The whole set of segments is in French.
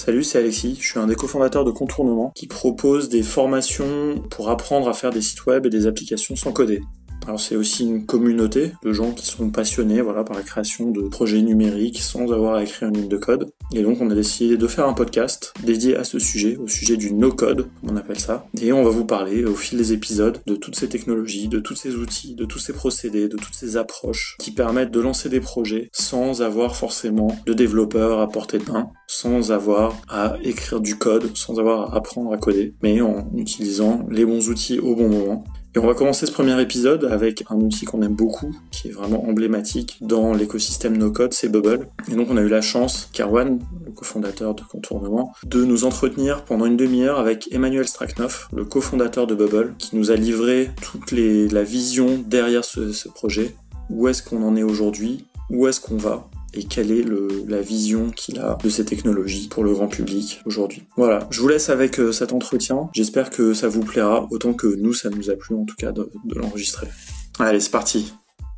Salut, c'est Alexis, je suis un des cofondateurs de Contournement qui propose des formations pour apprendre à faire des sites web et des applications sans coder. Alors c'est aussi une communauté de gens qui sont passionnés par la création de projets numériques sans avoir à écrire une ligne de code. Et donc on a décidé de faire un podcast dédié à ce sujet, au sujet du no-code, comme on appelle ça. Et on va vous parler au fil des épisodes de toutes ces technologies, de tous ces outils, de tous ces procédés, de toutes ces approches qui permettent de lancer des projets sans avoir forcément de développeurs à portée de main, sans avoir à écrire du code, sans avoir à apprendre à coder, mais en utilisant les bons outils au bon moment. Et on va commencer ce premier épisode avec un outil qu'on aime beaucoup, qui est vraiment emblématique dans l'écosystème no-code, c'est Bubble. Et donc on a eu la chance qu'Erwan, le cofondateur de Contournement, de nous entretenir pendant une demi-heure avec Emmanuel Straknoff, le cofondateur de Bubble, qui nous a livré toute la vision derrière ce projet. Où est-ce qu'on en est aujourd'hui? Où est-ce qu'on va? Et quelle est la vision qu'il a de ces technologies pour le grand public aujourd'hui. Voilà, je vous laisse avec cet entretien. J'espère que ça vous plaira, autant que nous, ça nous a plu en tout cas de l'enregistrer. Allez, c'est parti.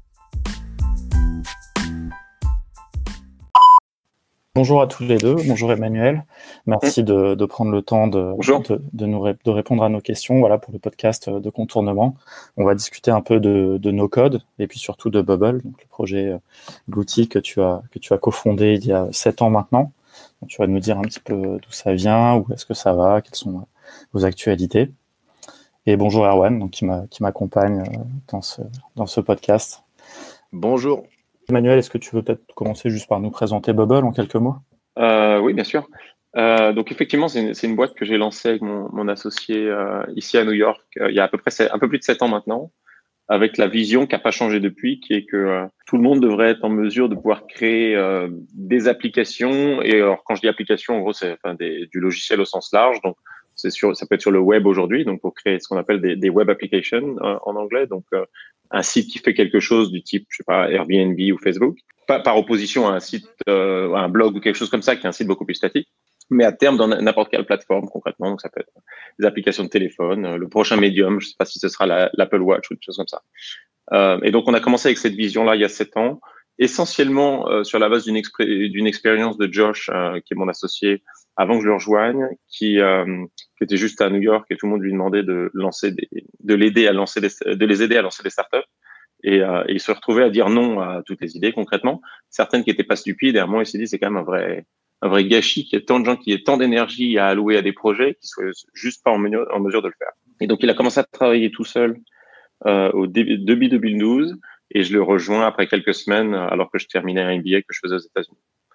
Bonjour à tous les deux, bonjour Emmanuel. Merci de prendre le temps de répondre à nos questions pour le podcast de Contournement. On va discuter un peu de no code et puis surtout de Bubble, donc le projet, l'outil que tu as cofondé il y a 7 ans maintenant. Donc, tu vas nous dire un petit peu d'où ça vient, où est-ce que ça va, quelles sont vos actualités. Et bonjour Erwan, donc qui m'accompagne dans ce podcast. Bonjour. Emmanuel, est-ce que tu veux peut-être commencer juste par nous présenter Bubble en quelques mots? Oui, bien sûr. Donc effectivement, c'est une boîte que j'ai lancée avec mon associé ici à New York il y a à peu près un peu plus de 7 ans maintenant, avec la vision qui n'a pas changé depuis, qui est que tout le monde devrait être en mesure de pouvoir créer des applications. Et alors, quand je dis application, en gros, c'est du logiciel au sens large. Donc, ça peut être sur le web aujourd'hui, donc pour créer ce qu'on appelle des web applications en anglais. Donc, un site qui fait quelque chose du type, je sais pas, Airbnb ou Facebook, pas par opposition à un site, un blog ou quelque chose comme ça, qui est un site beaucoup plus statique, mais à terme dans n'importe quelle plateforme concrètement. Donc ça peut être des applications de téléphone, le prochain médium, je sais pas si ce sera l'Apple Watch ou des choses comme ça. Et donc on a commencé avec cette vision-là il y a 7 ans, essentiellement sur la base d'une expérience de Josh, qui est mon associé, avant que je le rejoigne, qui était juste à New York et tout le monde lui demandait de les aider à lancer des startups. Et il se retrouvait à dire non à toutes les idées concrètement, certaines qui étaient pas stupides. Et à un moment, il s'est dit c'est quand même un vrai gâchis qu'il y ait tant de gens qui aient tant d'énergie à allouer à des projets qui soient juste pas en mesure de le faire. Et donc il a commencé à travailler tout seul au début 2012 et je le rejoins après quelques semaines alors que je terminais un MBA que je faisais aux États-Unis.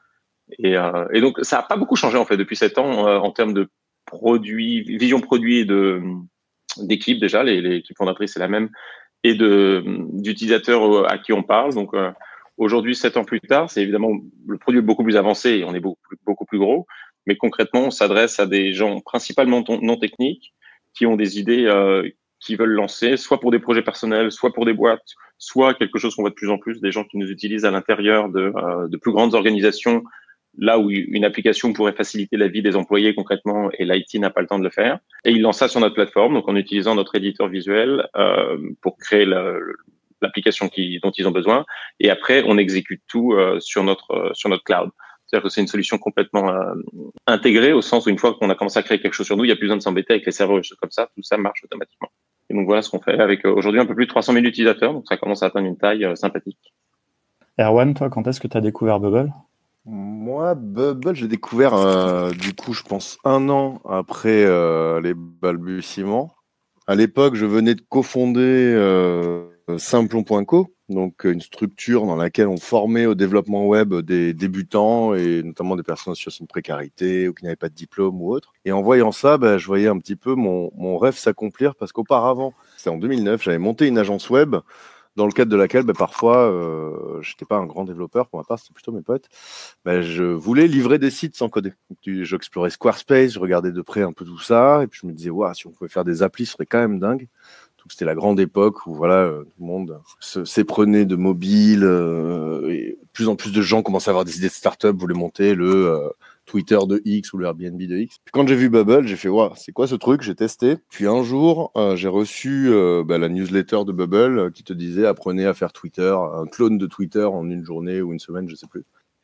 Et donc ça a pas beaucoup changé en fait depuis 7 ans en termes de vision produit et d'équipe. Déjà l'équipe fondatrice c'est la même, et d'utilisateurs à qui on parle. Donc aujourd'hui, 7 ans plus tard, c'est évidemment le produit est beaucoup plus avancé et on est beaucoup plus gros, mais concrètement on s'adresse à des gens principalement non techniques qui ont des idées qui veulent lancer, soit pour des projets personnels, soit pour des boîtes, soit quelque chose qu'on voit de plus en plus, des gens qui nous utilisent à l'intérieur de plus grandes organisations, là où une application pourrait faciliter la vie des employés concrètement et l'IT n'a pas le temps de le faire. Et ils lancent ça sur notre plateforme, donc en utilisant notre éditeur visuel pour créer l'application dont ils ont besoin. Et après, on exécute tout sur notre cloud. C'est-à-dire que c'est une solution complètement intégrée au sens où une fois qu'on a commencé à créer quelque chose sur nous, il n'y a plus besoin de s'embêter avec les serveurs et des choses comme ça. Tout ça marche automatiquement. Et donc voilà ce qu'on fait avec aujourd'hui un peu plus de 300 000 utilisateurs. Donc ça commence à atteindre une taille sympathique. Erwan, toi, quand est-ce que tu as découvert Bubble? Moi, Bubble, j'ai découvert, du coup, je pense 1 an après les balbutiements. À l'époque, je venais de cofonder Simplon.co, donc une structure dans laquelle on formait au développement web des débutants et notamment des personnes en situation de précarité ou qui n'avaient pas de diplôme ou autre. Et en voyant ça, je voyais un petit peu mon rêve s'accomplir parce qu'auparavant, c'était en 2009, j'avais monté une agence web dans le cadre de laquelle parfois, j'étais pas un grand développeur pour ma part, c'était plutôt mes potes, je voulais livrer des sites sans coder. J'explorais Squarespace, je regardais de près un peu tout ça, et puis je me disais, si on pouvait faire des applis, ce serait quand même dingue. Donc c'était la grande époque où tout le monde s'éprenait de mobile, et de plus en plus de gens commençaient à avoir des idées de start-up, voulaient monter le Twitter de X ou le Airbnb de X. Puis quand j'ai vu Bubble, j'ai fait c'est quoi ce truc? J'ai testé. Puis un jour, j'ai reçu la newsletter de Bubble qui te disait apprenez à faire Twitter, un clone de Twitter en une journée ou une semaine, je sais plus.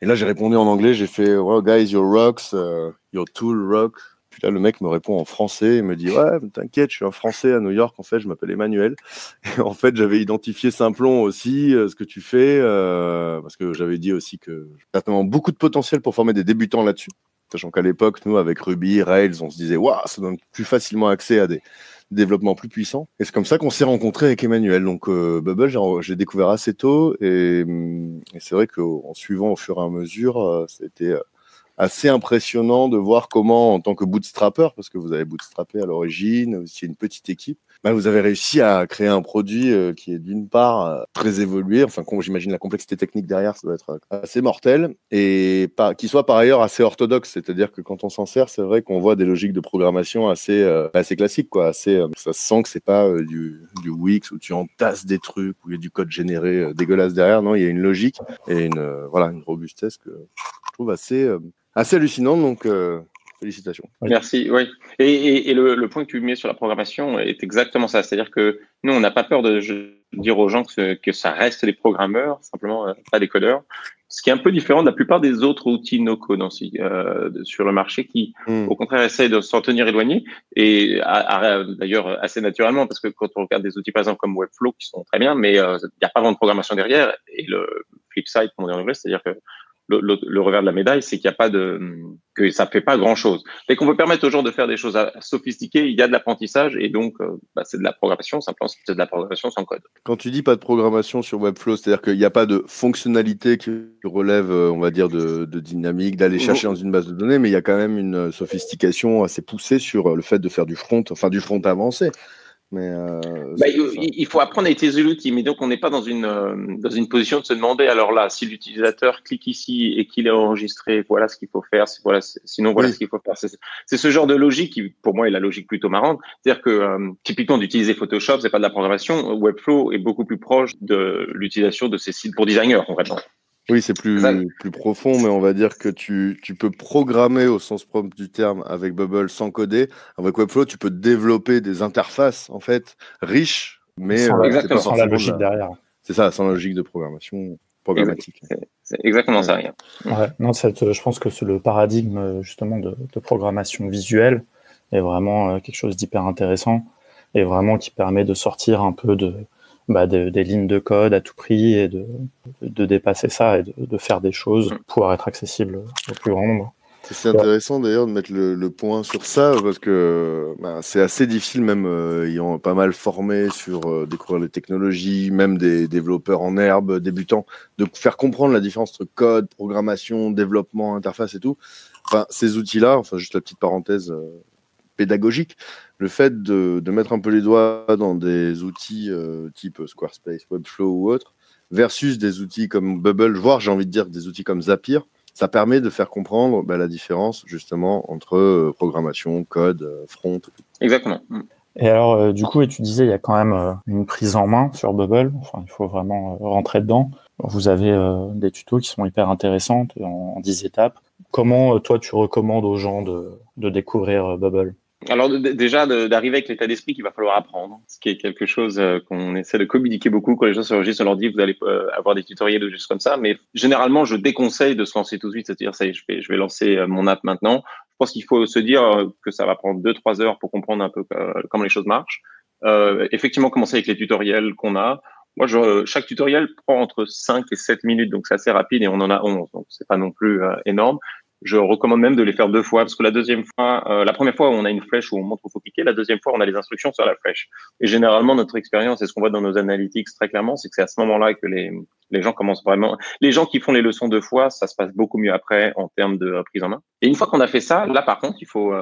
Et là, j'ai répondu en anglais, j'ai fait well, guys, your rocks, your tool rock. Puis là, le mec me répond en français, il me dit ouais, t'inquiète, je suis un Français à New York, en fait, je m'appelle Emmanuel. Et en fait, j'avais identifié Simplon aussi, ce que tu fais, parce que j'avais dit aussi que j'ai certainement beaucoup de potentiel pour former des débutants là-dessus. Sachant qu'à l'époque, nous, avec Ruby, Rails, on se disait waouh, ça donne plus facilement accès à des développements plus puissants. Et c'est comme ça qu'on s'est rencontré avec Emmanuel. Donc Bubble, j'ai découvert assez tôt, et c'est vrai qu'en suivant au fur et à mesure, c'était assez impressionnant de voir comment, en tant que bootstrapper, parce que vous avez bootstrappé à l'origine, aussi une petite équipe, vous avez réussi à créer un produit qui est d'une part très évolué, enfin j'imagine la complexité technique derrière, ça doit être assez mortel, et qui soit par ailleurs assez orthodoxe, c'est-à-dire que quand on s'en sert, c'est vrai qu'on voit des logiques de programmation assez classiques, quoi, ça se sent que c'est pas du Wix où tu entasses des trucs, où il y a du code généré dégueulasse derrière, non, il y a une logique et une robustesse que je trouve assez hallucinante, donc félicitations. Merci, oui. Et le point que tu mets sur la programmation est exactement ça. C'est-à-dire que nous, on n'a pas peur de dire aux gens que ça reste des programmeurs, simplement pas des codeurs. Ce qui est un peu différent de la plupart des autres outils no-code sur le marché qui, au contraire, essayent de s'en tenir éloignés. Et d'ailleurs, assez naturellement, parce que quand on regarde des outils, par exemple, comme Webflow, qui sont très bien, mais il n'y a pas vraiment de programmation derrière. Et le flip side, comme on dit en anglais, c'est-à-dire que le revers de la médaille, c'est qu'il y a pas que ça fait pas grand chose. Dès qu'on veut permettre aux gens de faire des choses sophistiquées, il y a de l'apprentissage et donc c'est de la programmation, simplement c'est de la programmation sans code. Quand tu dis pas de programmation sur Webflow, c'est-à-dire qu'il n'y a pas de fonctionnalité qui relève, on va dire, de dynamique, d'aller chercher dans une base de données, mais il y a quand même une sophistication assez poussée sur le fait de faire du front avancé. Mais il faut apprendre à utiliser l'outil, mais donc on n'est pas dans une position de se demander alors là, si l'utilisateur clique ici et qu'il est enregistré, voilà ce qu'il faut faire, sinon voilà ce qu'il faut faire. C'est ce genre de logique qui, pour moi, est la logique plutôt marrante. C'est-à-dire que typiquement d'utiliser Photoshop, c'est pas de la programmation. Webflow est beaucoup plus proche de l'utilisation de ces sites pour designers, concrètement. Oui, c'est plus profond, mais on va dire que tu peux programmer au sens propre du terme avec Bubble sans coder. Avec Webflow, tu peux développer des interfaces en fait riches, mais sans la logique derrière. C'est ça, sans la logique de programmation programmatique. C'est exactement ça. Rien. Ouais, non, je pense que c'est le paradigme justement de programmation visuelle est vraiment quelque chose d'hyper intéressant et vraiment qui permet de sortir un peu des lignes de code à tout prix et de dépasser ça et de faire des choses pour pouvoir être accessible au plus grand nombre. C'est intéressant d'ailleurs de mettre le point sur ça parce que c'est assez difficile, même ayant pas mal formé sur découvrir les technologies, même des développeurs en herbe débutants, de faire comprendre la différence entre code, programmation, développement, interface et tout. Enfin, ces outils-là, juste la petite parenthèse pédagogique, le fait de mettre un peu les doigts dans des outils type Squarespace, Webflow ou autre, versus des outils comme Bubble, voire j'ai envie de dire des outils comme Zapier, ça permet de faire comprendre la différence justement entre programmation, code, front. Exactement. Et alors, du coup, tu disais, il y a quand même une prise en main sur Bubble. Enfin, il faut vraiment rentrer dedans. Vous avez des tutos qui sont hyper intéressants en 10 étapes. Comment, toi, tu recommandes aux gens de découvrir Bubble ? Alors déjà d'arriver avec l'état d'esprit qu'il va falloir apprendre, ce qui est quelque chose qu'on essaie de communiquer beaucoup quand les gens s'enregistrent, on leur dit vous allez avoir des tutoriels ou des choses comme ça, mais généralement je déconseille de se lancer tout de suite, c'est-à-dire ça y est, je vais lancer mon app maintenant. Je pense qu'il faut se dire que ça va prendre 2-3 heures pour comprendre un peu comment les choses marchent. Effectivement, commencer avec les tutoriels qu'on a. Moi, chaque tutoriel prend entre 5 et 7 minutes, donc c'est assez rapide et on en a 11, donc c'est pas non plus énorme. Je recommande même de les faire 2 fois parce que la première fois, on a une flèche où on montre où il faut cliquer. La deuxième fois, on a les instructions sur la flèche. Et généralement, notre expérience et ce qu'on voit dans nos analytics très clairement, c'est que c'est à ce moment-là que les gens commencent vraiment. Les gens qui font les leçons 2 fois, ça se passe beaucoup mieux après en termes de prise en main. Et une fois qu'on a fait ça, là, par contre, il faut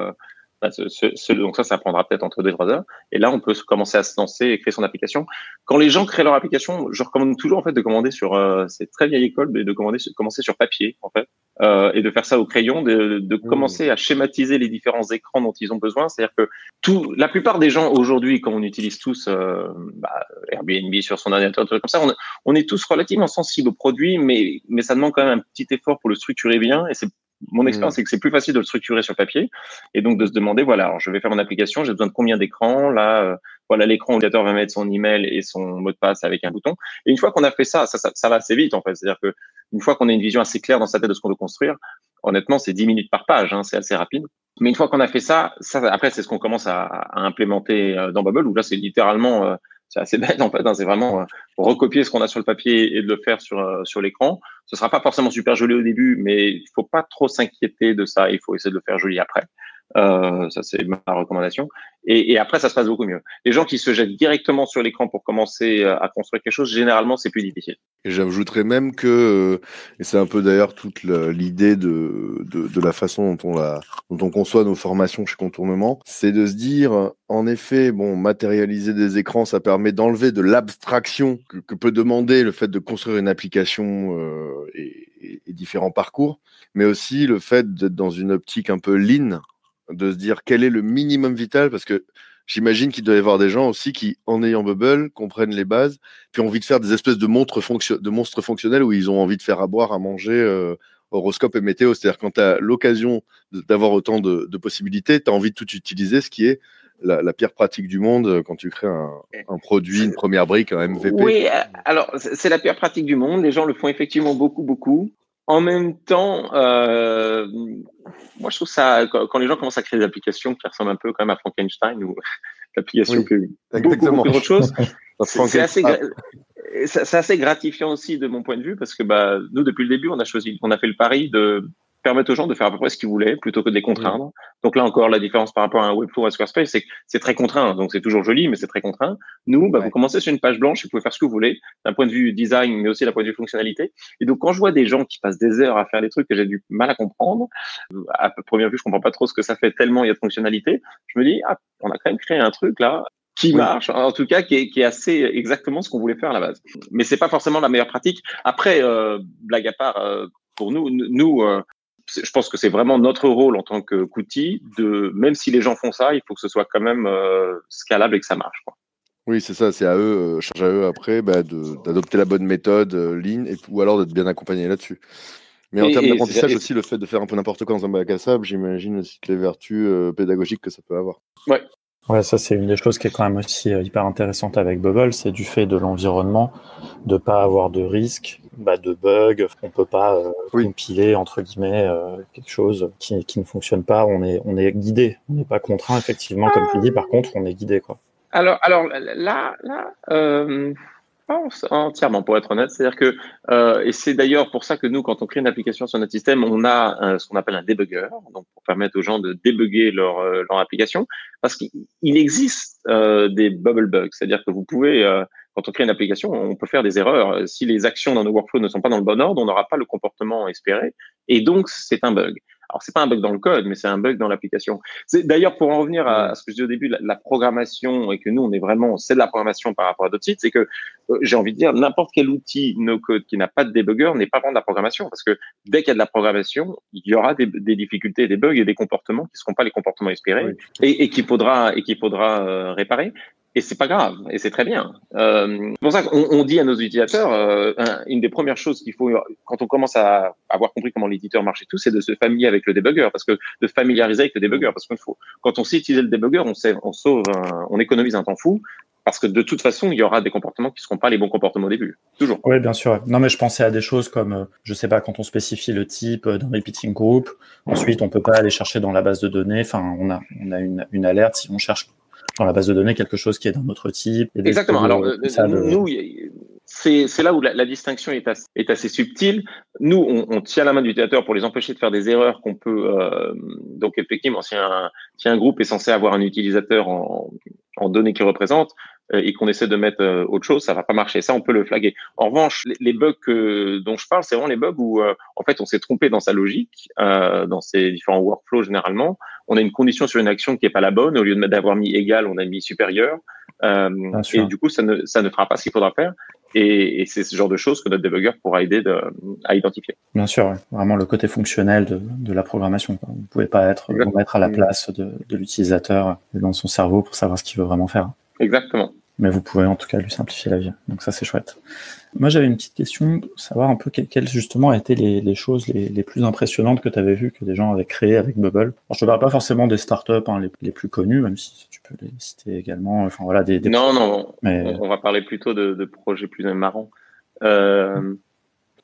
donc ça prendra peut-être entre 2 et 3 heures. Et là, on peut commencer à se lancer et créer son application. Quand les gens créent leur application, je recommande toujours en fait de commander sur c'est très vieille école, mais de commencer sur papier en fait, et de faire ça au crayon, de commencer à schématiser les différents écrans dont ils ont besoin. C'est-à-dire que la plupart des gens aujourd'hui, quand on utilise tous Airbnb sur son ordinateur, comme ça, on est tous relativement sensibles aux produits, mais ça demande quand même un petit effort pour le structurer bien. Et mon expérience, c'est que c'est plus facile de le structurer sur papier et donc de se demander, voilà, alors je vais faire mon application, j'ai besoin de combien d'écrans? Là, voilà, l'écran utilisateur va mettre son email et son mot de passe avec un bouton. Et une fois qu'on a fait ça va assez vite en fait. C'est-à-dire que une fois qu'on a une vision assez claire dans sa tête de ce qu'on veut construire, honnêtement, c'est 10 minutes par page, hein, c'est assez rapide. Mais une fois qu'on a fait ça, après, c'est ce qu'on commence à implémenter dans Bubble, où là, c'est littéralement, c'est assez bête en fait, hein, c'est vraiment recopier ce qu'on a sur le papier et de le faire sur l'écran. Ce sera pas forcément super joli au début, mais il faut pas trop s'inquiéter de ça. Il faut essayer de le faire joli après. Ça, c'est ma recommandation. Et après, ça se passe beaucoup mieux. Les gens qui se jettent directement sur l'écran pour commencer à construire quelque chose, généralement, c'est plus difficile. Et j'ajouterais même que, et c'est un peu d'ailleurs toute l'idée de la façon dont on conçoit nos formations chez Contournement, c'est de se dire, en effet, bon, matérialiser des écrans, ça permet d'enlever de l'abstraction que peut demander le fait de construire une application et différents parcours, mais aussi le fait d'être dans une optique un peu lean, de se dire quel est le minimum vital, parce que j'imagine qu'il doit y avoir des gens aussi qui, en ayant Bubble, comprennent les bases, puis ont envie de faire des espèces de monstres fonctionnels où ils ont envie de faire à boire, à manger, horoscope et météo. C'est-à-dire quand tu as l'occasion d'avoir autant de possibilités, tu as envie de tout utiliser, ce qui est la pire pratique du monde quand tu crées un produit, une première brique, un MVP. Oui, alors c'est la pire pratique du monde. Les gens le font effectivement beaucoup, beaucoup. En même temps, moi je trouve ça, quand les gens commencent à créer des applications qui ressemblent un peu quand même à Frankenstein ou l'application que beaucoup d'autres choses, c'est assez gratifiant aussi de mon point de vue parce que nous depuis le début on a fait le pari de permettre aux gens de faire à peu près ce qu'ils voulaient plutôt que de les contraindre. Oui. Donc là encore, la différence par rapport à un Webflow ou à Squarespace, c'est que c'est très contraint. Donc c'est toujours joli, mais c'est très contraint. Nous, vous commencez sur une page blanche, vous pouvez faire ce que vous voulez, d'un point de vue design, mais aussi d'un point de vue fonctionnalité. Et donc quand je vois des gens qui passent des heures à faire des trucs que j'ai du mal à comprendre, à première vue, je comprends pas trop ce que ça fait tellement il y a de fonctionnalités, je me dis, on a quand même créé un truc là qui marche, en tout cas qui est assez exactement ce qu'on voulait faire à la base. Mais c'est pas forcément la meilleure pratique. Après, blague à part, pour nous, je pense que c'est vraiment notre rôle en tant qu'outil même si les gens font ça, il faut que ce soit quand même scalable et que ça marche, quoi. Oui, c'est ça, c'est à eux, charge à eux après d'adopter la bonne méthode, lean, ou alors d'être bien accompagné là-dessus. Mais en termes d'apprentissage aussi, le fait de faire un peu n'importe quoi dans un bac à sable, j'imagine aussi les vertus pédagogiques que ça peut avoir. Ouais, ça c'est une des choses qui est quand même aussi hyper intéressante avec Bubble, c'est du fait de l'environnement, de pas avoir de risque, de bugs, on peut pas compiler entre guillemets quelque chose qui ne fonctionne pas, on est guidé, on n'est pas contraint effectivement comme tu dis, par contre on est guidé quoi. Alors là pas entièrement pour être honnête, c'est-à-dire que et c'est d'ailleurs pour ça que nous quand on crée une application sur notre système, on a ce qu'on appelle un debugger, donc pour permettre aux gens de débugger leur application, parce qu'il existe des bubble bugs, c'est-à-dire que vous pouvez quand on crée une application, on peut faire des erreurs. Si les actions dans nos workflows ne sont pas dans le bon ordre, on n'aura pas le comportement espéré, et donc c'est un bug. Alors, c'est pas un bug dans le code, mais c'est un bug dans l'application. C'est d'ailleurs pour en revenir à ce que je dis au début, la programmation, et que nous, c'est de la programmation par rapport à d'autres sites, c'est que j'ai envie de dire, n'importe quel outil no-code qui n'a pas de débugger n'est pas vraiment de la programmation, parce que dès qu'il y a de la programmation, il y aura des difficultés, des bugs et des comportements qui ne seront pas les comportements espérés et qu'il faudra réparer. Et c'est pas grave, et c'est très bien. C'est pour ça qu'on dit à nos utilisateurs, une des premières choses qu'il faut, quand on commence à avoir compris comment l'éditeur marche et tout, c'est de se familiariser avec le debugger, de familiariser avec le debugger, parce qu'il faut, quand on sait utiliser le debugger, on économise un temps fou, parce que de toute façon, il y aura des comportements qui seront pas les bons comportements au début, toujours. Oui, bien sûr. Non, mais je pensais à des choses comme, je sais pas, quand on spécifie le type d'un repeating group, ensuite on peut pas aller chercher dans la base de données, enfin, on a une alerte si on cherche dans la base de données quelque chose qui est d'un autre type. Exactement. Alors, nous, c'est là où la distinction est assez subtile. Nous, on tient la main de l'utilisateur pour les empêcher de faire des erreurs qu'on peut. Donc, effectivement, si un groupe est censé avoir un utilisateur en données qu'il représente et qu'on essaie de mettre autre chose, ça va pas marcher. Ça, on peut le flaguer. En revanche, les bugs dont je parle, c'est vraiment les bugs où, en fait, on s'est trompé dans sa logique, dans ces différents workflows généralement. On a une condition sur une action qui est pas la bonne. Au lieu d'avoir mis égal, on a mis supérieur. Et du coup, ça ne fera pas ce qu'il faudra faire. Et c'est ce genre de choses que notre debugger pourra aider à identifier. Bien sûr, vraiment le côté fonctionnel de la programmation. Vous ne pouvez pas vous mettre à la place de l'utilisateur dans son cerveau pour savoir ce qu'il veut vraiment faire. Exactement. Mais vous pouvez en tout cas lui simplifier la vie. Donc ça, c'est chouette. Moi, j'avais une petite question, savoir un peu quelles justement étaient les choses les plus impressionnantes que tu avais vues, que des gens avaient créées avec Bubble. Alors, je ne parle pas forcément des startups les plus connues, même si tu peux les citer également. Enfin, voilà, Non. Mais... On va parler plutôt de projets plus marrants. Le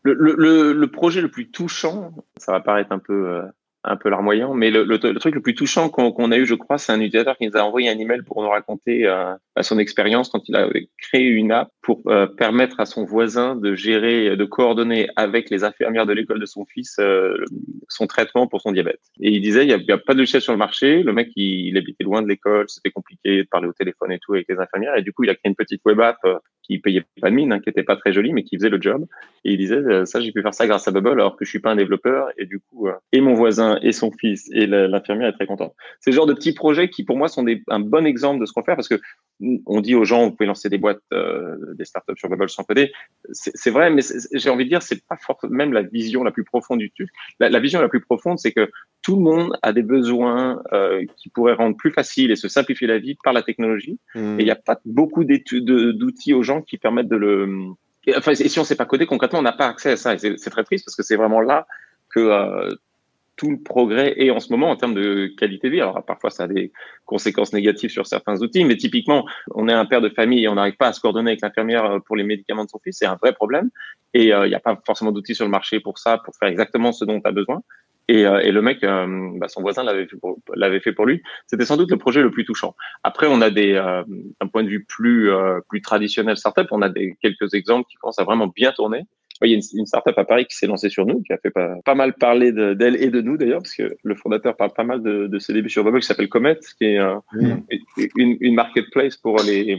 Le projet le plus touchant, ça va paraître un peu larmoyant, mais le truc le plus touchant qu'on a eu, je crois, c'est un utilisateur qui nous a envoyé un email pour nous raconter son expérience quand il a créé une app pour permettre à son voisin de gérer, de coordonner avec les infirmières de l'école de son fils son traitement pour son diabète. Et il disait, il y a pas de logiciel sur le marché. Le mec, il habitait loin de l'école, c'était compliqué de parler au téléphone et tout avec les infirmières. Et du coup, il a créé une petite web app qui payait pas de mine, hein, qui était pas très jolie, mais qui faisait le job. Et il disait, ça, j'ai pu faire ça grâce à Bubble, alors que je suis pas un développeur. Et du coup, et mon voisin, et son fils, et l'infirmière est très contente. C'est le genre de petits projets qui, pour moi, sont un bon exemple de ce qu'on fait, parce que on dit aux gens, vous pouvez lancer des boîtes, des startups sur Bubble sans coder. C'est vrai, mais j'ai envie de dire, c'est pas forcément même la vision la plus profonde du truc. La vision la plus profonde, c'est que tout le monde a des besoins qui pourraient rendre plus facile et se simplifier la vie par la technologie. Et il n'y a pas beaucoup d'outils aux gens qui permettent de le... Et si on ne sait pas coder, concrètement, on n'a pas accès à ça. Et c'est très triste parce que c'est vraiment là que tout le progrès est en ce moment en termes de qualité de vie. Alors parfois, ça a des conséquences négatives sur certains outils, mais typiquement, on est un père de famille et on n'arrive pas à se coordonner avec l'infirmière pour les médicaments de son fils. C'est un vrai problème. Et il n'y a pas forcément d'outils sur le marché pour ça, pour faire exactement ce dont tu as besoin. Et le mec, son voisin l'avait fait pour lui. C'était sans doute le projet le plus touchant. Après, on a d'un point de vue plus traditionnel startup, on a quelques exemples qui commencent à vraiment bien tourner. Il y a une startup à Paris qui s'est lancée sur nous, qui a fait pas mal parler d'elle et de nous d'ailleurs, parce que le fondateur parle pas mal de ses débuts sur Bubble, qui s'appelle Comet, qui est une marketplace pour les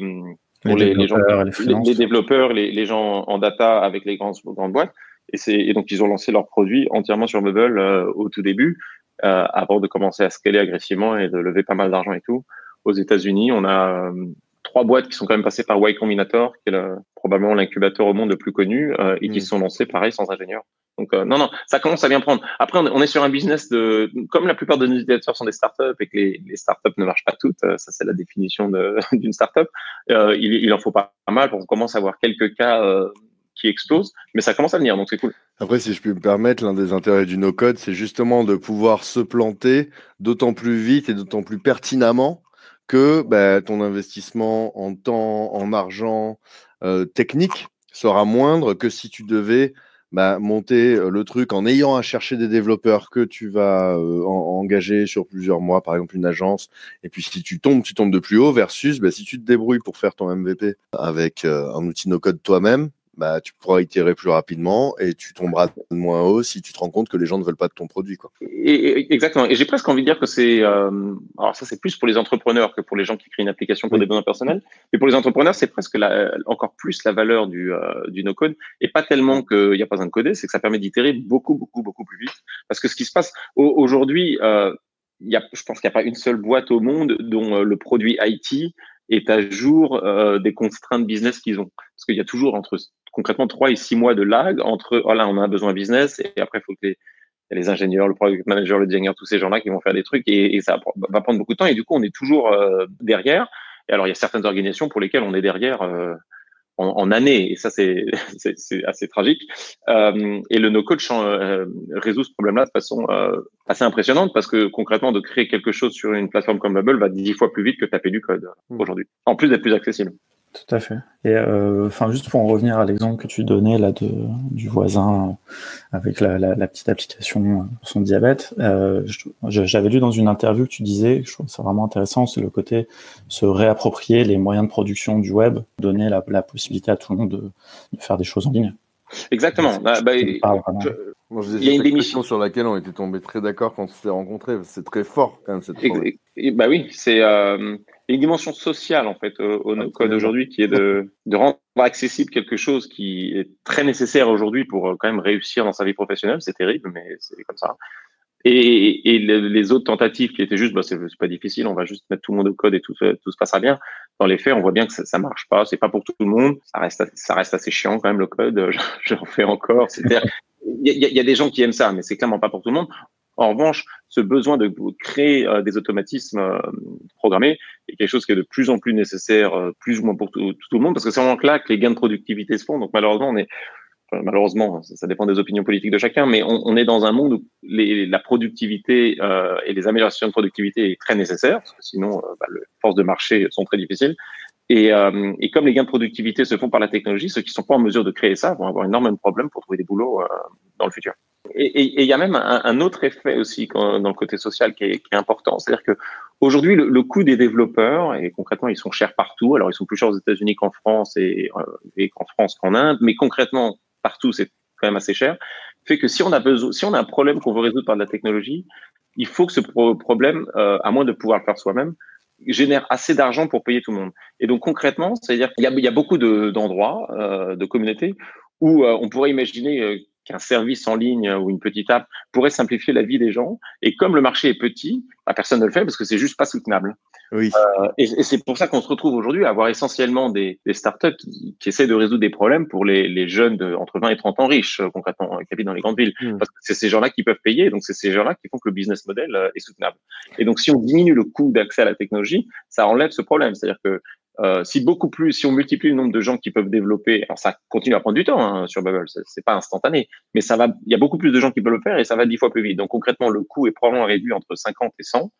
développeurs, les gens en data avec les grandes boîtes. Et donc, ils ont lancé leurs produits entièrement sur Bubble au tout début, avant de commencer à scaler agressivement et de lever pas mal d'argent et tout. Aux États-Unis, on a 3 boîtes qui sont quand même passées par Y Combinator, qui est probablement l'incubateur au monde le plus connu, et qui se sont lancées pareil sans ingénieur. Donc non, ça commence à bien prendre. Après, on est sur un business comme la plupart de nos utilisateurs sont des startups et que les startups ne marchent pas toutes, ça c'est la définition d'une startup. Il en faut pas mal pour qu'on commence à avoir quelques cas qui explosent, mais ça commence à venir, donc c'est cool. Après, si je puis me permettre, l'un des intérêts du no-code, c'est justement de pouvoir se planter d'autant plus vite et d'autant plus pertinemment que ton investissement en temps, en argent, technique sera moindre que si tu devais monter le truc en ayant à chercher des développeurs que tu vas engager sur plusieurs mois, par exemple une agence, et puis si tu tombes de plus haut versus si tu te débrouilles pour faire ton MVP avec un outil no-code toi-même, tu pourras itérer plus rapidement et tu tomberas de moins haut si tu te rends compte que les gens ne veulent pas de ton produit, quoi. Exactement. Et j'ai presque envie de dire que c'est, alors ça c'est plus pour les entrepreneurs que pour les gens qui créent une application pour des besoins personnels. Mais pour les entrepreneurs, c'est presque encore plus la valeur du no-code, et pas tellement qu'il n'y a pas besoin de coder, c'est que ça permet d'itérer beaucoup plus vite. Parce que ce qui se passe aujourd'hui, je pense qu'il n'y a pas une seule boîte au monde dont le produit IT est à jour des contraintes business qu'ils ont. Parce qu'il y a toujours concrètement 3 et 6 mois de lag entre, là, on a un besoin business, et après, il faut que les ingénieurs, le product manager, le designer, tous ces gens-là qui vont faire des trucs, et ça va prendre beaucoup de temps, et du coup, on est toujours derrière. Et alors, il y a certaines organisations pour lesquelles on est derrière en années, et ça, c'est assez tragique. Et le no-code résout ce problème-là de façon assez impressionnante, parce que concrètement, de créer quelque chose sur une plateforme comme Bubble va 10 fois plus vite que taper du code aujourd'hui, en plus d'être plus accessible. Tout à fait. Et juste pour en revenir à l'exemple que tu donnais là du voisin avec la petite application pour son diabète, j'avais lu dans une interview que tu disais, je trouve ça vraiment intéressant, c'est le côté se réapproprier les moyens de production du web, donner la possibilité à tout le monde de faire des choses en ligne. Exactement. Il y a une démission sur laquelle on était tombé très d'accord quand on s'est rencontrés. C'est très fort quand même cette fois. Oui, c'est une dimension sociale en fait au no-code aujourd'hui, qui est de rendre accessible quelque chose qui est très nécessaire aujourd'hui pour quand même réussir dans sa vie professionnelle. C'est terrible, mais c'est comme ça. Et les autres tentatives qui étaient juste, c'est pas difficile, on va juste mettre tout le monde au code et tout se passera bien. Dans les faits, on voit bien que ça marche pas, c'est pas pour tout le monde. Ça reste assez chiant quand même le code. J'en fais encore. C'est-à-dire, il y a des gens qui aiment ça, mais c'est clairement pas pour tout le monde. En revanche, ce besoin de créer des automatismes programmés est quelque chose qui est de plus en plus nécessaire, plus ou moins pour tout le monde, parce que c'est vraiment là que les gains de productivité se font. Donc malheureusement, ça dépend des opinions politiques de chacun, mais on est dans un monde où la productivité et les améliorations de productivité est très nécessaire, parce que sinon, les forces de marché sont très difficiles. Et comme les gains de productivité se font par la technologie, ceux qui sont pas en mesure de créer ça vont avoir énormément de problèmes pour trouver des boulots dans le futur. Et il y a même un autre effet aussi dans le côté social qui est important, c'est-à-dire que aujourd'hui le coût des développeurs, et concrètement ils sont chers partout, alors ils sont plus chers aux États-Unis qu'en France et qu'en France qu'en Inde, mais concrètement partout c'est quand même assez cher, fait que si on a un problème qu'on veut résoudre par de la technologie, il faut que ce problème, à moins de pouvoir le faire soi-même, génère assez d'argent pour payer tout le monde. Et donc concrètement, c'est-à-dire qu'il y a beaucoup d'endroits, de communautés où on pourrait imaginer qu'un service en ligne ou une petite app pourrait simplifier la vie des gens. Et comme le marché est petit, personne ne le fait parce que c'est juste pas soutenable. Oui. Et c'est pour ça qu'on se retrouve aujourd'hui à avoir essentiellement des startups qui essaient de résoudre des problèmes pour les jeunes entre 20 et 30 ans riches, concrètement, qui habitent dans les grandes villes. Parce que c'est ces gens-là qui peuvent payer, donc c'est ces gens-là qui font que le business model est soutenable. Et donc, si on diminue le coût d'accès à la technologie, ça enlève ce problème. C'est-à-dire que si on multiplie le nombre de gens qui peuvent développer, alors ça continue à prendre du temps sur Bubble, c'est pas instantané, mais il y a beaucoup plus de gens qui peuvent le faire et ça va 10 fois plus vite. Donc concrètement, le coût est probablement réduit entre 50 et 100.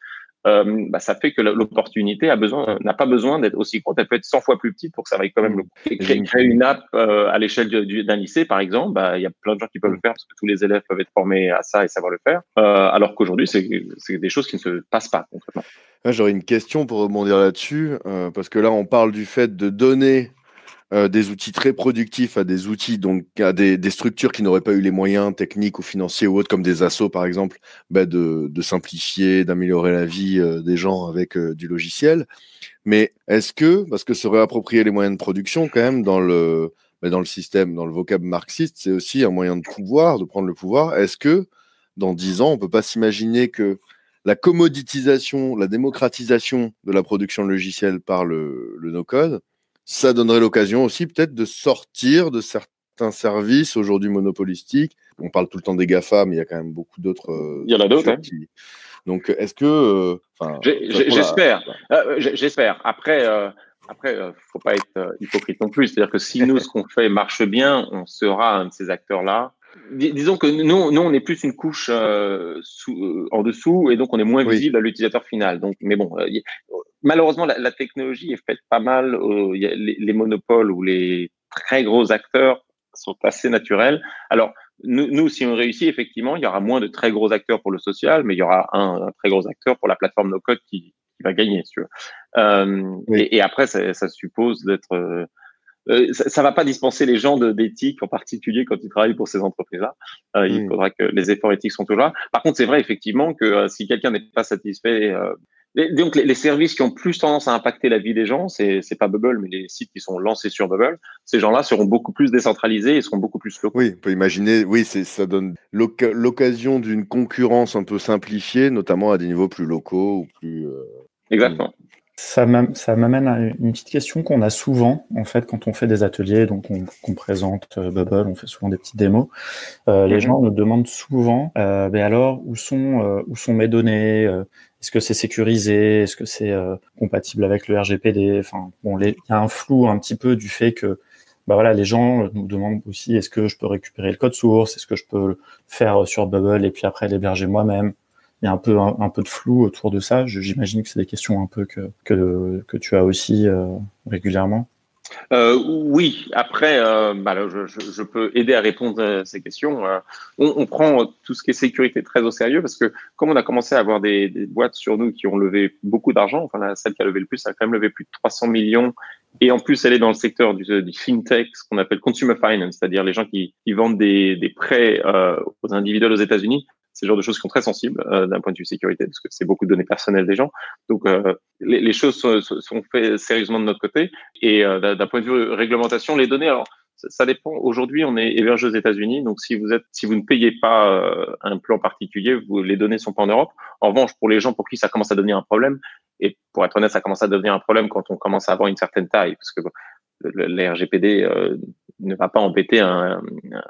Ça fait que l'opportunité n'a pas besoin d'être aussi grande, elle peut être 100 fois plus petite pour que ça vaille quand même le coup. Créer une app à l'échelle d'un lycée, par exemple, il y a plein de gens qui peuvent le faire parce que tous les élèves peuvent être formés à ça et savoir le faire, alors qu'aujourd'hui, c'est des choses qui ne se passent pas concrètement. J'aurais une question pour rebondir là-dessus, parce que là, on parle du fait de donner des outils très productifs à des outils, donc à des structures qui n'auraient pas eu les moyens techniques ou financiers ou autres, comme des assos par exemple, de simplifier, d'améliorer la vie des gens avec du logiciel. Mais est-ce que, parce que se réapproprier les moyens de production quand même dans le système, dans le vocable marxiste, c'est aussi un moyen de pouvoir, de prendre le pouvoir. Est-ce que dans 10 ans, on peut pas s'imaginer que la commoditisation, la démocratisation de la production de logiciels par le no-code, ça donnerait l'occasion aussi peut-être de sortir de certains services aujourd'hui monopolistiques. On parle tout le temps des GAFA, mais il y a quand même beaucoup d'autres. Il y en a d'autres, hein. Donc, est-ce que... J'espère. J'espère. Après, faut pas être hypocrite non plus. C'est-à-dire que si nous, ce qu'on fait marche bien, on sera un de ces acteurs-là. Disons que nous, on est plus une couche en dessous, et donc on est moins visible à l'utilisateur final. Donc, mais bon, malheureusement, la technologie est faite pas mal. Les monopoles ou les très gros acteurs sont assez naturels. Alors, nous, si on réussit, effectivement, il y aura moins de très gros acteurs pour le social, mais il y aura un très gros acteur pour la plateforme no-code qui va gagner, si tu veux. Et après, ça suppose d'être... ça va pas dispenser les gens d'éthique, en particulier quand ils travaillent pour ces entreprises-là. Il faudra que les efforts éthiques sont toujours là. Par contre, c'est vrai effectivement que si quelqu'un n'est pas satisfait, donc les services qui ont plus tendance à impacter la vie des gens, c'est pas Bubble, mais les sites qui sont lancés sur Bubble, ces gens-là seront beaucoup plus décentralisés et seront beaucoup plus locaux. Oui, on peut imaginer. Oui, ça donne l'occasion d'une concurrence un peu simplifiée, notamment à des niveaux plus locaux ou plus. Exactement. Ça m'amène à une petite question qu'on a souvent, en fait, quand on fait des ateliers, donc qu'on présente Bubble, on fait souvent des petites démos. Les gens nous demandent souvent, alors, où sont mes données? Est-ce que c'est sécurisé? Est-ce que c'est compatible avec le RGPD? Enfin, bon, il y a un flou un petit peu du fait que, les gens nous demandent aussi, est-ce que je peux récupérer le code source? Est-ce que je peux le faire sur Bubble et puis après l'héberger moi-même? Il y a un peu de flou autour de ça. J'imagine que c'est des questions un peu que tu as aussi régulièrement. Oui. Après, je peux aider à répondre à ces questions. On prend tout ce qui est sécurité très au sérieux parce que comme on a commencé à avoir des boîtes sur nous qui ont levé beaucoup d'argent, enfin celle qui a levé le plus, elle a quand même levé plus de 300 millions. Et en plus, elle est dans le secteur du fintech, ce qu'on appelle consumer finance, c'est-à-dire les gens qui vendent des prêts aux individuels aux États-Unis. C'est le genre de choses qui sont très sensibles d'un point de vue sécurité, parce que c'est beaucoup de données personnelles des gens. Donc, les choses sont faites sérieusement de notre côté. Et d'un point de vue réglementation, les données, alors ça dépend. Aujourd'hui, on est hébergé aux États-Unis, donc si vous ne payez pas un plan particulier, les données sont pas en Europe. En revanche, pour les gens pour qui ça commence à devenir un problème, et pour être honnête, ça commence à devenir un problème quand on commence à avoir une certaine taille, parce que le RGPD ne va pas embêter un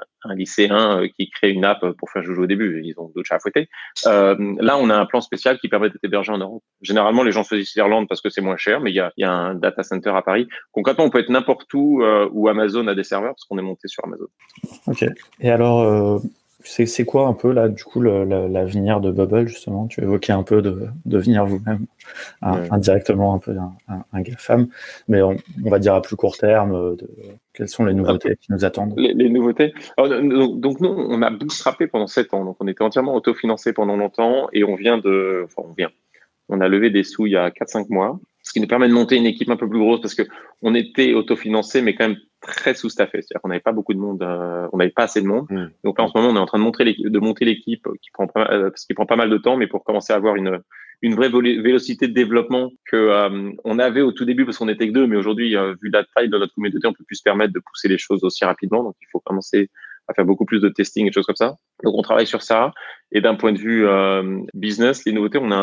lycéen qui crée une app pour faire joujou au début. Ils ont d'autres chats à fouetter. Là, on a un plan spécial qui permet d'être hébergé en Europe. Généralement, les gens choisissent l'Irlande parce que c'est moins cher, mais il y a un data center à Paris. Concrètement, on peut être n'importe où où Amazon a des serveurs parce qu'on est monté sur Amazon. Ok. Et alors, C'est quoi un peu là, du coup, l'avenir de Bubble, justement? Tu évoquais un peu de devenir vous-même indirectement un peu un GAFAM, mais on va dire à plus court terme, quelles sont les nouveautés qui nous attendent? Les nouveautés. Donc nous, on a bootstrappé pendant 7 ans, donc on était entièrement autofinancé pendant longtemps et on a levé des sous il y a 4-5 mois, ce qui nous permet de monter une équipe un peu plus grosse parce que on était autofinancé, mais quand même très sous-staffé. C'est-à-dire qu'on n'avait pas beaucoup de monde, on n'avait pas assez de monde. Donc là, en ce moment, on est en train de monter l'équipe parce qu'il prend pas mal de temps, mais pour commencer à avoir une vraie vélocité de développement que on avait au tout début parce qu'on était que 2, mais aujourd'hui, vu la taille de notre communauté, on peut plus se permettre de pousser les choses aussi rapidement. Donc il faut commencer à faire beaucoup plus de testing et de choses comme ça. Donc on travaille sur ça. Et d'un point de vue business, les nouveautés, on a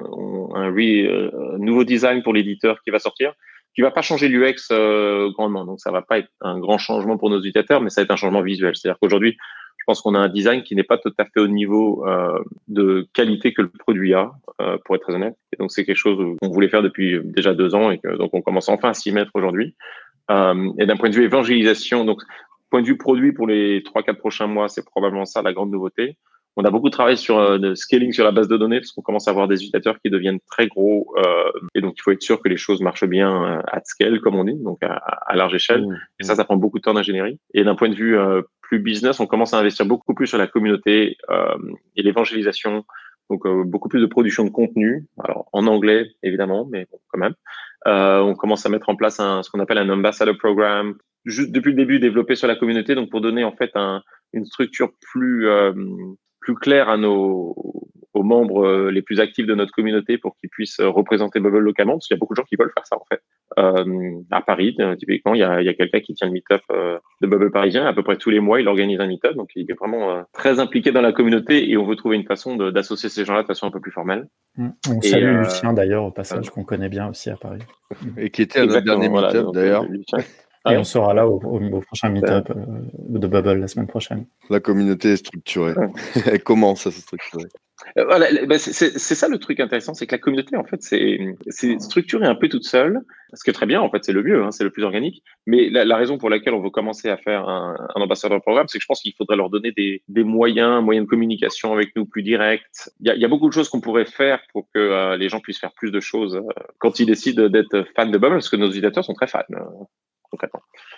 un nouveau design pour l'éditeur qui va sortir, qui va pas changer l'UX grandement. Donc ça va pas être un grand changement pour nos utilisateurs, mais ça va être un changement visuel. C'est-à-dire qu'aujourd'hui, je pense qu'on a un design qui n'est pas tout à fait au niveau de qualité que le produit a, pour être très honnête. Et donc c'est quelque chose qu'on voulait faire depuis déjà 2 ans et que donc on commence enfin à s'y mettre aujourd'hui. Et d'un point de vue évangélisation, donc point de vue produit pour les 3-4 prochains mois, c'est probablement ça la grande nouveauté. On a beaucoup travaillé sur de scaling sur la base de données parce qu'on commence à avoir des utilisateurs qui deviennent très gros et donc il faut être sûr que les choses marchent bien at scale comme on dit, donc à large échelle. Et ça prend beaucoup de temps d'ingénierie. Et d'un point de vue plus business, on commence à investir beaucoup plus sur la communauté et l'évangélisation, donc beaucoup plus de production de contenu, alors en anglais évidemment, mais bon, quand même. On commence à mettre en place ce qu'on appelle un ambassador program, juste depuis le début développé sur la communauté, donc pour donner en fait une structure plus claire aux membres les plus actifs de notre communauté pour qu'ils puissent représenter Bubble localement, parce qu'il y a beaucoup de gens qui veulent faire ça en fait. À Paris, typiquement, il y a quelqu'un qui tient le meet-up de Bubble parisien. À peu près tous les mois, il organise un meet-up, donc il est vraiment très impliqué dans la communauté et on veut trouver une façon d'associer ces gens-là de façon un peu plus formelle. On salue Lucien d'ailleurs au passage, qu'on connaît bien aussi à Paris. Et qui était à notre dernier meet-up d'ailleurs. Et on sera là au prochain meet-up de Bubble la semaine prochaine. La communauté est structurée. Elle commence à se structurer. Voilà, c'est ça le truc intéressant, c'est que la communauté, en fait, c'est structurée un peu toute seule, ce qui est très bien, en fait, c'est le mieux, c'est le plus organique. Mais la raison pour laquelle on veut commencer à faire un ambassadeur programme, c'est que je pense qu'il faudrait leur donner des moyens de communication avec nous plus directs. Il y a beaucoup de choses qu'on pourrait faire pour que les gens puissent faire plus de choses quand ils décident d'être fans de Bubble, parce que nos utilisateurs sont très fans, concrètement.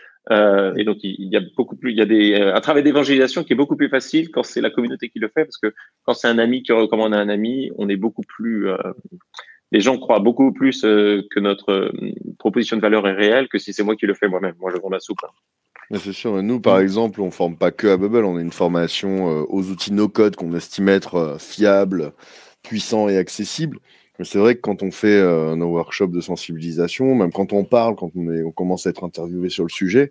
Et donc il y a beaucoup plus, il y a un travail d'évangélisation qui est beaucoup plus facile quand c'est la communauté qui le fait, parce que quand c'est un ami qui recommande à un ami, on est beaucoup plus, les gens croient beaucoup plus que notre proposition de valeur est réelle que si c'est moi qui le fais moi-même. Moi, je vends ma soupe. Mais c'est sûr. Nous, par exemple, on forme pas que à Bubble, on a une formation aux outils no-code qu'on estime être fiables, puissants et accessibles. Mais c'est vrai que quand on fait nos workshops de sensibilisation, même quand on parle, quand on commence à être interviewé sur le sujet,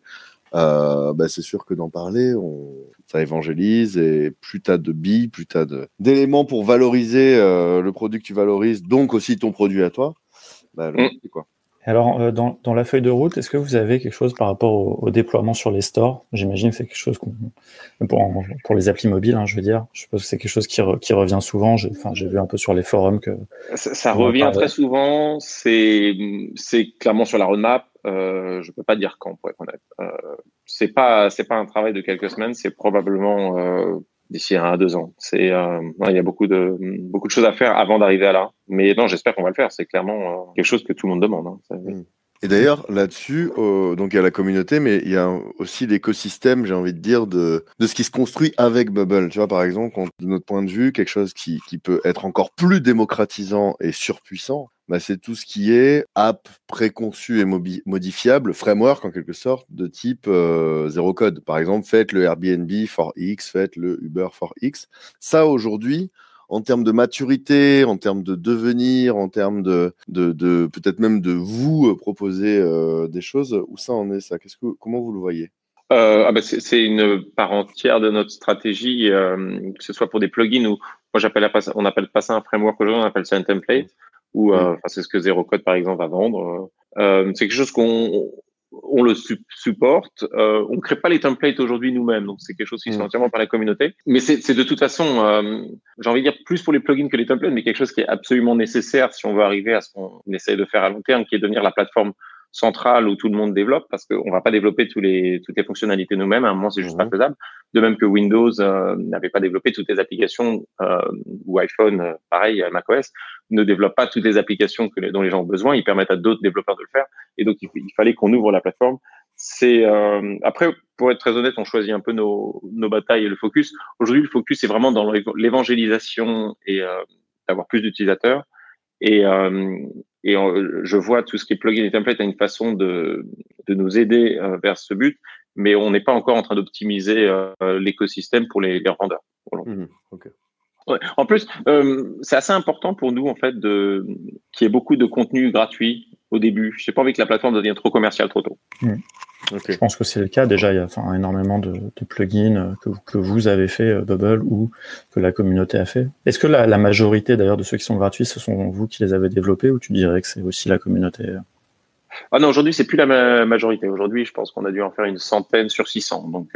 c'est sûr que d'en parler, ça évangélise, et plus tu as de billes, plus tu as d'éléments pour valoriser le produit que tu valorises, donc aussi ton produit à toi, quoi. Alors, dans la feuille de route, est-ce que vous avez quelque chose par rapport au déploiement sur les stores? J'imagine que c'est quelque chose pour les applis mobiles, je veux dire. Je suppose que c'est quelque chose qui revient souvent. J'ai vu un peu sur les forums que ça revient très souvent. C'est clairement sur la roadmap. Je peux pas dire quand, pour être honnête. C'est pas un travail de quelques semaines. C'est probablement d'ici 1 à 2 ans. Il y a beaucoup de choses à faire avant d'arriver à là. Mais non, j'espère qu'on va le faire. C'est clairement quelque chose que tout le monde demande. Et d'ailleurs, là-dessus, donc il y a la communauté, mais il y a aussi l'écosystème, j'ai envie de dire, de ce qui se construit avec Bubble. Tu vois, par exemple, de notre point de vue, quelque chose qui peut être encore plus démocratisant et surpuissant, c'est tout ce qui est app préconçu et modifiable, framework en quelque sorte, de type zéro code. Par exemple, faites le Airbnb for X, faites le Uber for X. Ça, aujourd'hui, en termes de maturité, en termes de devenir, en termes de peut-être même de vous proposer des choses, où ça en est ça? Comment vous le voyez? C'est une part entière de notre stratégie, que ce soit pour des plugins ou moi on appelle pas ça un framework aujourd'hui, on appelle ça un template, ou c'est ce que Zero Code par exemple va vendre. C'est quelque chose on le supporte. On crée pas les templates aujourd'hui nous-mêmes, donc c'est quelque chose qui se fait entièrement par la communauté. Mais c'est de toute façon, j'ai envie de dire plus pour les plugins que les templates, mais quelque chose qui est absolument nécessaire si on veut arriver à ce qu'on essaye de faire à long terme, qui est devenir la plateforme centrale où tout le monde développe, parce qu'on va pas développer toutes les fonctionnalités nous-mêmes. À un moment, c'est juste pas faisable. De même que Windows n'avait pas développé toutes les applications, ou iPhone, pareil, macOS, ne développe pas toutes les applications dont les gens ont besoin. Ils permettent à d'autres développeurs de le faire. Et donc, il fallait qu'on ouvre la plateforme. Après, pour être très honnête, on choisit un peu nos batailles et le focus. Aujourd'hui, le focus est vraiment dans l'évangélisation et d'avoir plus d'utilisateurs. Je vois tout ce qui est plugin et template à une façon de nous aider vers ce but, mais on n'est pas encore en train d'optimiser l'écosystème pour les revendeurs. Okay. Ouais. En plus, c'est assez important pour nous en fait qu'il y ait beaucoup de contenu gratuit au début. Je n'ai pas envie que la plateforme devienne trop commerciale trop tôt. Okay. Je pense que c'est le cas. Déjà, il y a énormément de plugins que vous avez fait, Bubble, ou que la communauté a fait. Est-ce que la majorité d'ailleurs de ceux qui sont gratuits, ce sont vous qui les avez développés, ou tu dirais que c'est aussi la communauté? Ah non, aujourd'hui, c'est plus la majorité. Aujourd'hui, je pense qu'on a dû en faire une centaine sur 600. Donc,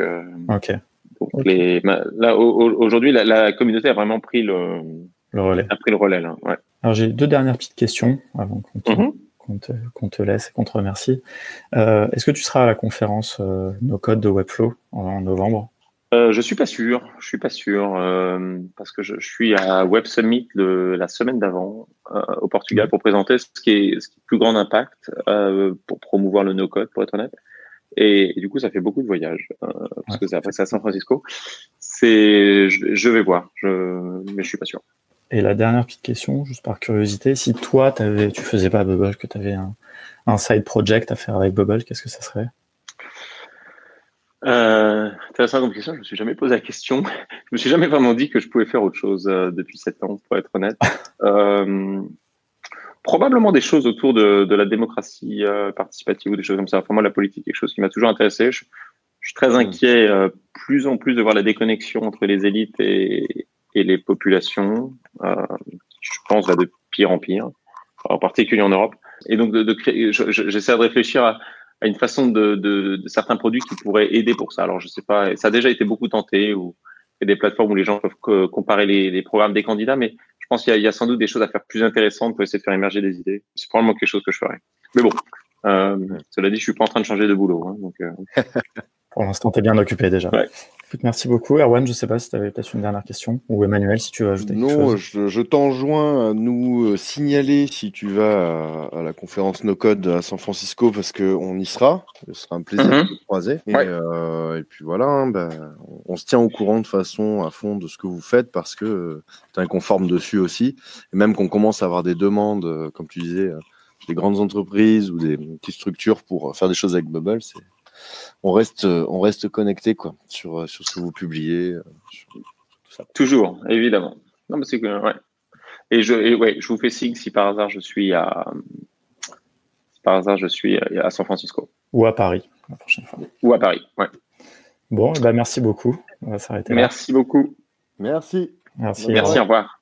là, aujourd'hui, la communauté a vraiment pris le relais. A pris le relais, là. Ouais. Alors, j'ai 2 dernières petites questions avant qu'on te laisse et qu'on te remercie. Est-ce que tu seras à la conférence No Code de Webflow en novembre? Je suis pas sûr. Parce que je suis à Web Summit la semaine d'avant au Portugal pour présenter ce qui est plus grand impact pour promouvoir le no code, pour être honnête. Et du coup, ça fait beaucoup de voyages parce que c'est à San Francisco. Je vais voir, mais je suis pas sûr. Et la dernière petite question, juste par curiosité, si toi tu faisais pas Bubble, que tu avais un side project à faire avec Bubble, qu'est-ce que ça serait? Intéressant comme question. Je me suis jamais posé la question. Je me suis jamais vraiment dit que je pouvais faire autre chose depuis 7 ans, pour être honnête. Probablement des choses autour de la démocratie participative ou des choses comme ça. Enfin, moi, la politique, quelque chose qui m'a toujours intéressé. Je suis très inquiet, plus en plus, de voir la déconnexion entre les élites et les populations. Je pense va de pire en pire, en particulier en Europe. Et donc, j'essaie de réfléchir à une façon de certains produits qui pourraient aider pour ça. Alors, je sais pas, ça a déjà été beaucoup tenté, ou il y a des plateformes où les gens peuvent comparer les programmes des candidats, mais je pense qu'il y a sans doute des choses à faire plus intéressantes pour essayer de faire émerger des idées. C'est probablement quelque chose que je ferais. Mais bon, cela dit, je suis pas en train de changer de boulot. Hein, donc, Pour l'instant, tu es bien occupé déjà. Ouais. Merci beaucoup. Erwan, je ne sais pas si tu avais peut-être une dernière question, ou Emmanuel, si tu veux ajouter quelque chose. Non, je t'enjoins à nous signaler si tu vas à la conférence No Code à San Francisco, parce qu'on y sera. Ce sera un plaisir de te croiser. Et puis voilà, on se tient au courant de façon à fond de ce que vous faites, parce que tu es conforme dessus aussi. Et même qu'on commence à avoir des demandes, comme tu disais, des grandes entreprises ou des petites structures pour faire des choses avec Bubble, on reste connecté sur ce que vous publiez. Sur tout ça. Toujours, évidemment. Non, mais c'est que je vous fais signe si par hasard je suis à San Francisco. Ou à Paris la prochaine fois. Ou à Paris, ouais. Bon, merci beaucoup. On va s'arrêter là. Merci beaucoup. Merci. Merci, au revoir.